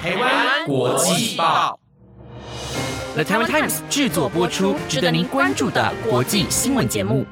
台湾国际报 The Taiwan Times 制作播出，值得您关注的国际新闻节目。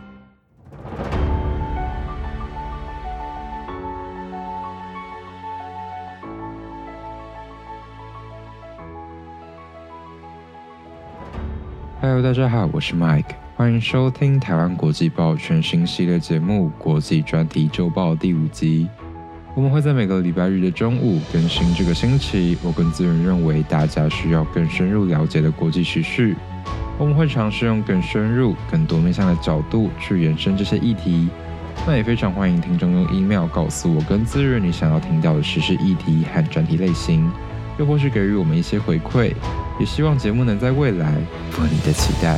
Hello， 大家好，我是 Mike， 欢迎收听台湾国际报全新系列节目《国际专题周报》第5集。我们会在每个礼拜日的中午更新这个星期我跟资源认为大家需要更深入了解的国际时事。我们会尝试用更深入、更多面向的角度去延伸这些议题。那也非常欢迎听众用 email 告诉我跟资源你想要听到的时事议题和专题类型，又或是给予我们一些回馈。也希望节目能在未来符合你的期待。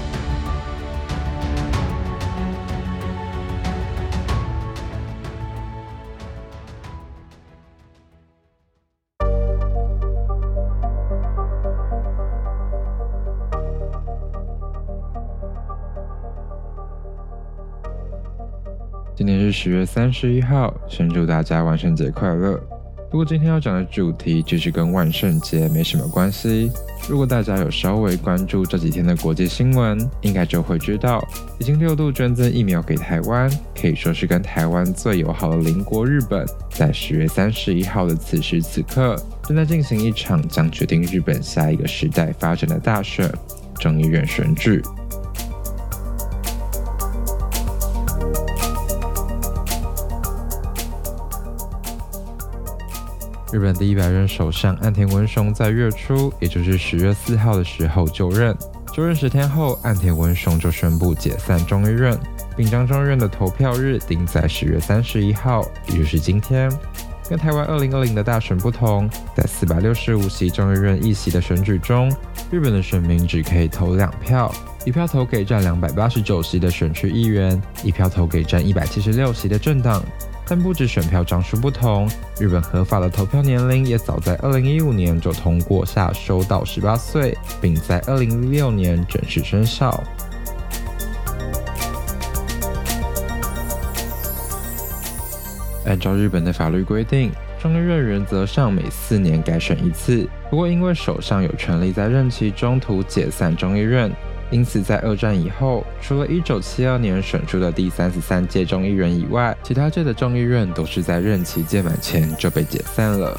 今天是10月31号，先祝大家万圣节快乐。不过今天要讲的主题其实跟万圣节没什么关系。如果大家有稍微关注这几天的国际新闻，应该就会知道，已经6度捐赠疫苗给台湾，可以说是跟台湾最友好的邻国日本，在10月31号的此时此刻，正在进行一场将决定日本下一个时代发展的大选——众议院选举。日本第100任首相岸田文雄在月初，也就是10月4号的时候就任。就任10天后，岸田文雄就宣布解散众议院，并将众议院的投票日定在10月31号，也就是今天。跟台湾2020的大选不同，在465席众议院议席的选举中，日本的选民只可以投2票，一票投给占289席的选区议员，一票投给占176席的政党。但不止选票张数不同，日本合法的投票年龄也早在2015年就通过下修到18岁，并在2016年正式生效。按照日本的法律规定，众议院原则上每4年改选一次，不过因为首相有权利在任期中途解散众议院，因此在二战以后，除了1972年选出的第33届众议院以外，其他届的众议院都是在任期届满前就被解散了。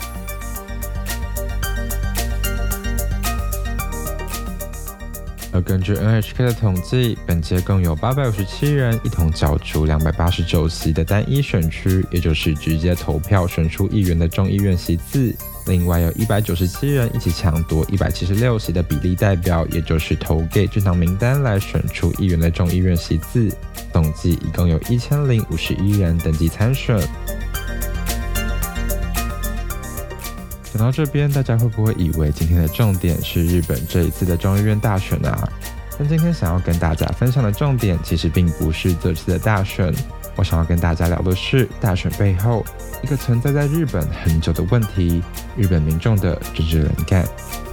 而根据 NHK 的统计，本届共有857人一同角逐289席的单一选区，也就是直接投票选出议员的众议院席次。另外有197人一起抢夺176席的比例代表，也就是投给政党名单来选出议员的众议院席次。总计一共有1051人登记参选。讲到这边，大家会不会以为今天的重点是日本这一次的众议院大选啊？但今天想要跟大家分享的重点其实并不是这次的大选，我想要跟大家聊的是大选背后一个存在在日本很久的问题——日本民众的政治冷感。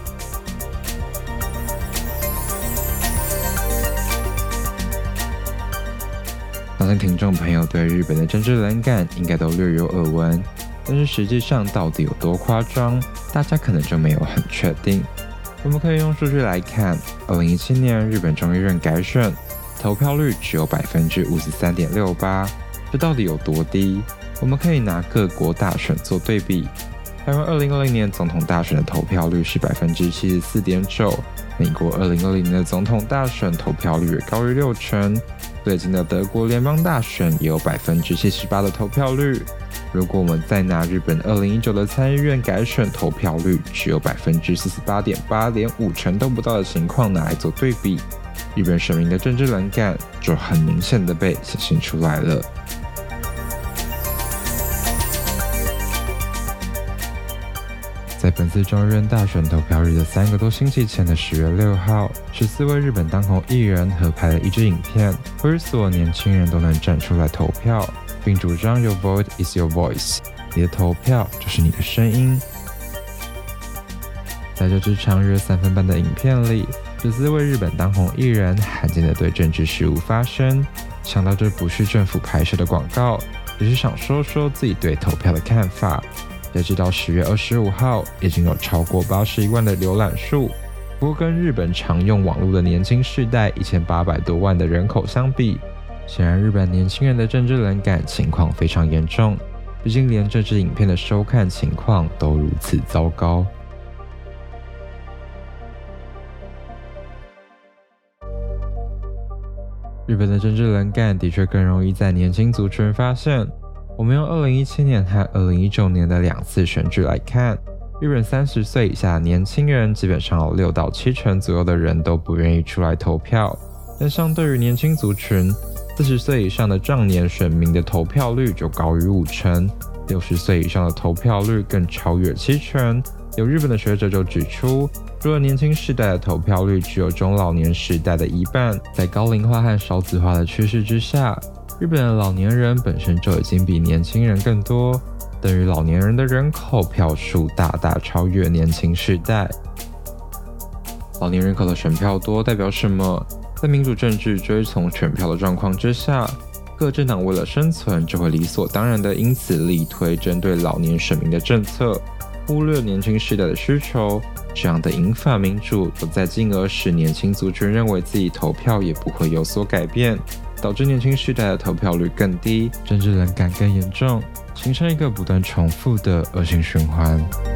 相信听众朋友对日本的政治冷感应该都略有耳闻，但是实际上到底有多夸张，大家可能就没有很确定。我们可以用数据来看，2017年日本众议院改选，投票率只有 53.68%， 这到底有多低？我们可以拿各国大选做对比。台湾2020年总统大选的投票率是 74.9%， 美国2020年的总统大选投票率也高于60%，最近的德国联邦大选也有 78% 的投票率。如果我们再拿日本2019的参议院改选投票率只有 48.8%， 连50%都不到的情况拿来做对比，日本选民的政治冷感就很明显的被显现出来了。在本次众议院大选投票日的3个多星期前的10月6号，14位日本当红艺人合拍了一支影片，呼吁所有年轻人都能站出来投票，并主张 Your vote is your voice， 你的投票就是你的声音。在这支长约3分半的影片里，14位日本当红艺人罕见的对政治事务发声，想到这不是政府拍摄的广告，只是想说说自己对投票的看法。 截止到10月25号，已经有超过81万的浏览数。不过跟日本常用网络的年轻世代1800多万的人口相比，显然日本年轻人的政治冷感情况非常严重，毕竟连这支影片的收看情况都如此糟糕。日本的政治冷感的确更容易在年轻族群发现。我们用2017年和2019年的2次选举来看，日本30岁以下的年轻人基本上有6到7成左右的人都不愿意出来投票，但相对于年轻族群，40岁以上的壮年选民的投票率就高于5成，60岁以上的投票率更超越7成。有日本的学者就指出，除了年轻世代的投票率只有中老年时代的一半，在高龄化和少子化的趋势之下，日本的老年人本身就已经比年轻人更多，等于老年人的人口票数大大超越年轻世代。老年人口的选票多代表什么？在民主政治追从选票的状况之下，各政党为了生存就会理所当然的因此力推针对老年选民的政策，忽略年轻世代的需求。这样的银发民主都在进而使年轻族群认为自己投票也不会有所改变，导致年轻世代的投票率更低，政治冷感更严重，形成一个不断重复的恶性循环。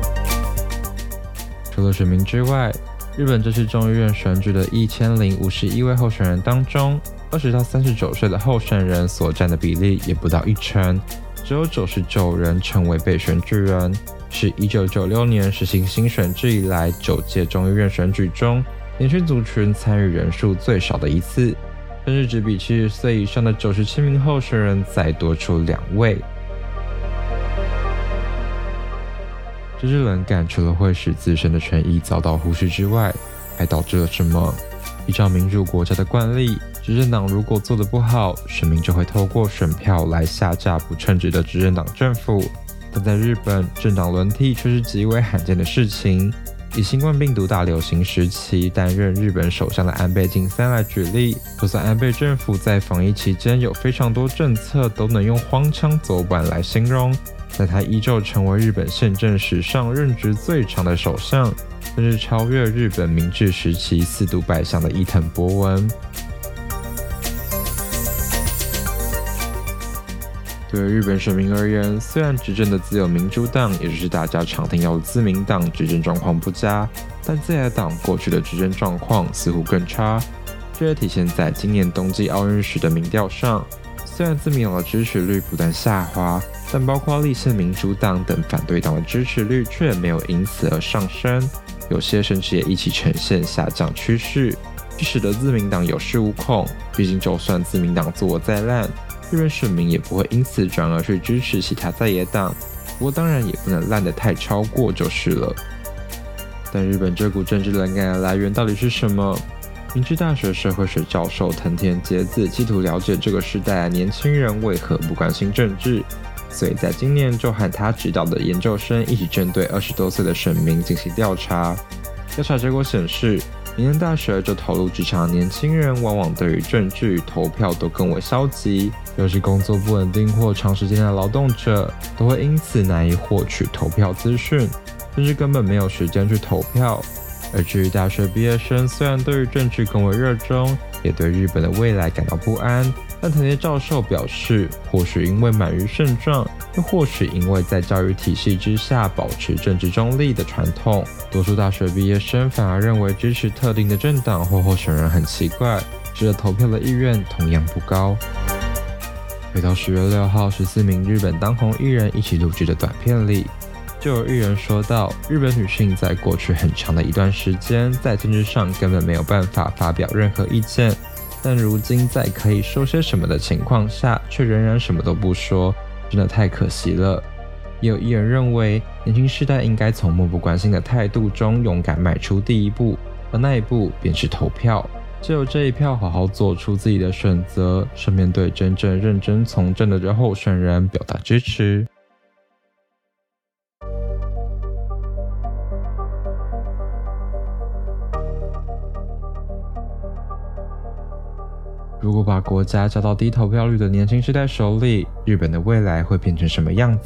除了选民之外，日本这次众议院选举的1051位候选人当中，20到39岁的候选人所占的比例也不到1成，只有99人成为被选举人，是1996年实行新选制以来9届众议院选举中年轻族群参与人数最少的一次，甚至只比70岁以上的97名候选人再多出2位。政治冷感除了会使自身的权益遭到忽视之外，还导致了什么？依照民主国家的惯例，执政党如果做得不好，选民就会透过选票来下架不称职的执政党政府。但在日本，政党轮替却是极为罕见的事情。以新冠病毒大流行时期担任日本首相的安倍晋三来举例，就算安倍政府在防疫期间有非常多政策都能用荒腔走板来形容，但他依旧成为日本宪政史上任职最长的首相，甚至超越日本明治时期4度拜相的伊藤博文。对于日本选民而言，虽然执政的自由民主党，也就是大家常听到的自民党执政状况不佳，但在野党过去的执政状况似乎更差。这也体现在今年冬季奥运时的民调上，虽然自民党的支持率不断下滑，但包括立宪民主党等反对党的支持率却没有因此而上升，有些甚至也一起呈现下降趋势，这使得自民党有恃无恐。毕竟就算自民党做得再烂，日本选民也不会因此转而去支持其他在野党，不过当然也不能烂得太超过就是了。但日本这股政治冷感的来源到底是什么？明治大学社会学教授藤田节子企图了解这个时代的年轻人为何不关心政治，所以在今年就和他指导的研究生一起针对20多岁的选民进行调查。调查结果显示，明年大学就投入职场的年轻人往往对于政治与投票都更为消极，尤其工作不稳定或长时间的劳动者都会因此难以获取投票资讯，甚至根本没有时间去投票。而至于大学毕业生，虽然对于政治更为热衷，也对日本的未来感到不安，但藤田教授表示，或许因为满于现状，又或许因为在教育体系之下保持政治中立的传统，多数大学毕业生反而认为支持特定的政党或候选人很奇怪，使得投票的意愿同样不高。回到10月6号14名日本当红艺人一起录制的短片里，就有艺人说到，日本女性在过去很长的一段时间在政治上根本没有办法发表任何意见，但如今在可以说些什么的情况下，却仍然什么都不说，真的太可惜了。也有艺人认为，年轻世代应该从漠不关心的态度中勇敢迈出第一步，而那一步便是投票。只有这一票好好做出自己的选择，顺便对真正认真从政的候选人表达支持。如果把国家交到低投票率的年轻世代手里，日本的未来会变成什么样子？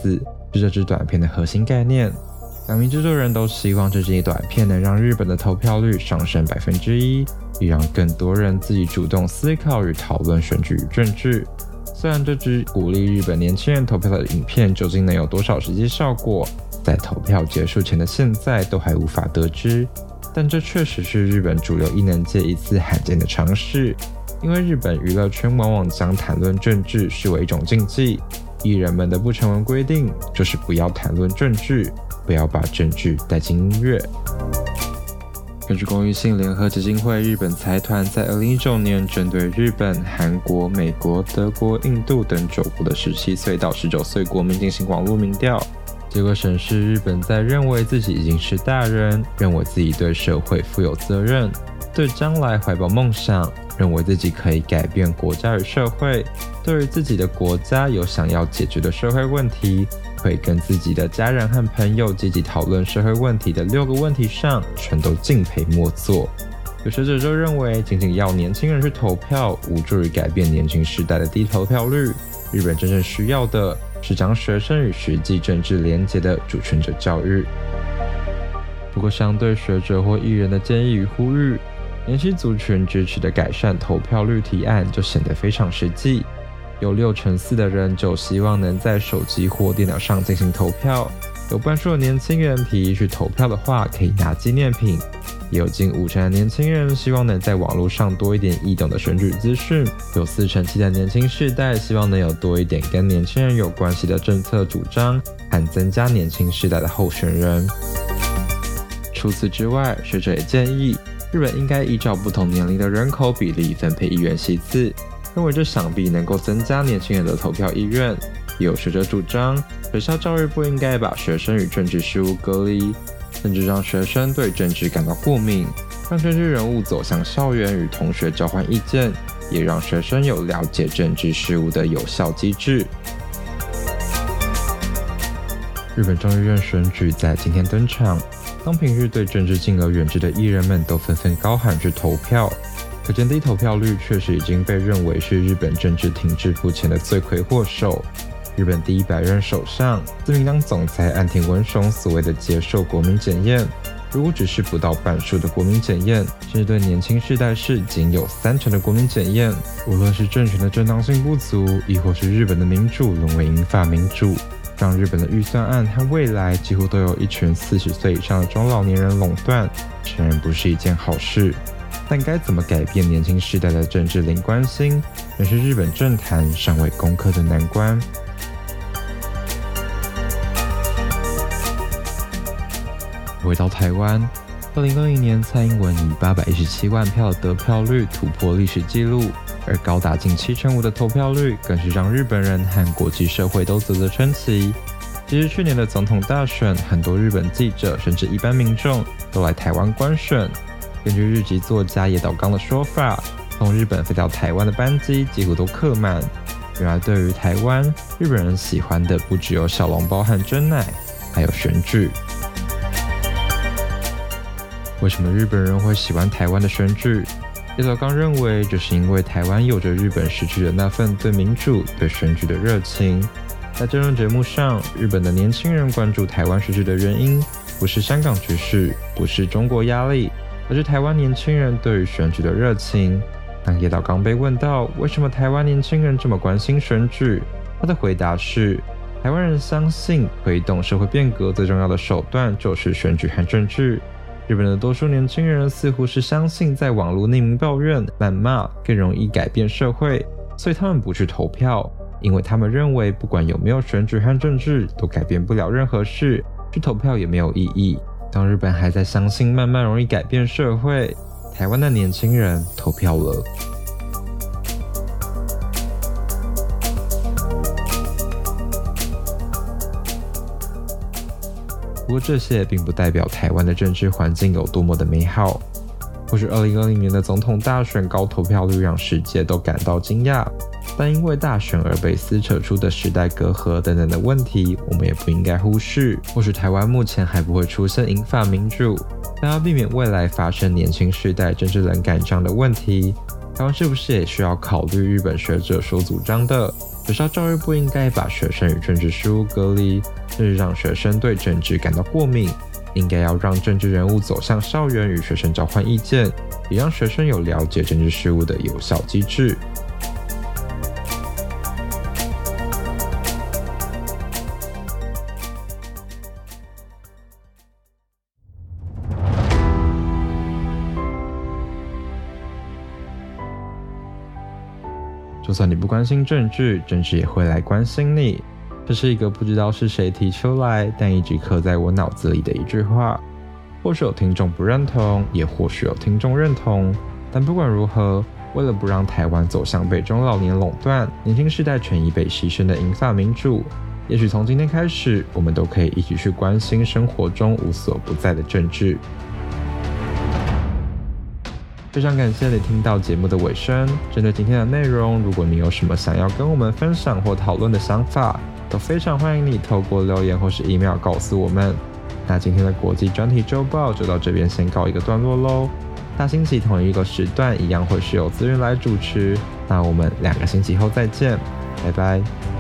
是这支短片的核心概念。两名制作人都希望这支短片能让日本的投票率上升1%，以让更多人自己主动思考与讨论选举与政治。虽然这支鼓励日本年轻人投票的影片究竟能有多少实际效果，在投票结束前的现在都还无法得知，但这确实是日本主流艺能界一次罕见的尝试。因为日本娱乐圈往往将谈论政治视为一种禁忌，艺人们的不成文规定就是不要谈论政治，不要把政治带进音乐。根据公益性联合基金会日本财团在2019年针对日本、韩国、美国、德国、印度等9国的17岁到19岁国民进行网络民调，结果显示日本在认为自己已经是大人，认为自己对社会负有责任，对将来怀抱梦想，认为自己可以改变国家与社会，对于自己的国家有想要解决的社会问题，会跟自己的家人和朋友积极讨论社会问题的6个问题上，全都敬陪末座。有学者就认为，仅仅要年轻人去投票，无助于改变年轻时代的低投票率。日本真正需要的是将学生与实际政治连结的主权者教育。不过，相对学者或艺人的建议与呼吁，年轻族群支持的改善投票率提案就显得非常实际。有64%的人就希望能在手机或电脑上进行投票，有半数的年轻人提议去投票的话可以拿纪念品，也有近50%的年轻人希望能在网络上多一点易懂的选举资讯，有47%的年轻世代希望能有多一点跟年轻人有关系的政策主张和增加年轻世代的候选人。除此之外，学者也建议日本应该依照不同年龄的人口比例分配议员席次，认为这想必能够增加年轻人的投票意愿。也有学者主张，学校教育不应该把学生与政治事务隔离，甚至让学生对政治感到过敏，让政治人物走向校园与同学交换意见，也让学生有了解政治事务的有效机制。日本众议院选举在今天登场，当平日对政治敬而远之的艺人们都纷纷高喊去投票，可见低投票率确实已经被认为是日本政治停滞不前的罪魁祸首。日本第100任首相自民党总裁岸田文雄所谓的接受国民检验，如果只是不到半数的国民检验，甚至对年轻世代是仅有30%的国民检验，无论是政权的正当性不足，亦或是日本的民主沦为英法民主，让日本的预算案和未来几乎都有一群40岁以上的中老年人垄断，诚然不是一件好事。但该怎么改变年轻世代的政治零关心，仍是日本政坛尚未攻克的难关。回到台湾，2020年蔡英文以817万票的得票率突破历史纪录，而高达近75%的投票率更是让日本人和国际社会都啧啧称奇。其实去年的总统大选，很多日本记者甚至一般民众都来台湾观选。根据日籍作家野岛刚的说法，从日本飞到台湾的班机几乎都客满。原来对于台湾，日本人喜欢的不只有小笼包和珍奶，还有选举。为什么日本人会喜欢台湾的选举？野岛刚认为，这是因为台湾有着日本失去的那份对民主、对选举的热情。在这档节目上，日本的年轻人关注台湾选举的原因，不是香港局势，不是中国压力，而是台湾年轻人对于选举的热情。当野岛刚被问到为什么台湾年轻人这么关心选举，他的回答是：台湾人相信推动社会变革最重要的手段就是选举和政治。日本的多数年轻人似乎是相信在网络匿名抱怨、谩骂更容易改变社会，所以他们不去投票，因为他们认为不管有没有选举和政治都改变不了任何事，去投票也没有意义。当日本还在相信慢慢容易改变社会，台湾的年轻人投票了。不过这些并不代表台湾的政治环境有多么的美好。或许2020年的总统大选高投票率让世界都感到惊讶，但因为大选而被撕扯出的时代隔阂等等的问题，我们也不应该忽视。或许台湾目前还不会出现英法民主，但要避免未来发生年轻世代政治冷感这样的问题，台湾是不是也需要考虑日本学者所主张的学校教育部应该把学生与政治事务隔离，甚至让学生对政治感到过敏。应该要让政治人物走向校园与学生交换意见，也让学生有了解政治事务的有效机制。就算你不关心政治，政治也会来关心你。这是一个不知道是谁提出来，但一直刻在我脑子里的一句话。或许有听众不认同，也或许有听众认同，但不管如何，为了不让台湾走向被中老年垄断、年轻世代权益被牺牲的银发民主，也许从今天开始，我们都可以一起去关心生活中无所不在的政治。非常感谢你听到节目的尾声。针对今天的内容，如果你有什么想要跟我们分享或讨论的想法，都非常欢迎你透过留言或是 email 告诉我们。那今天的国际专题周报就到这边先告一个段落咯。下星期同一个时段一样会是由资源来主持。那我们2个星期后再见，拜拜。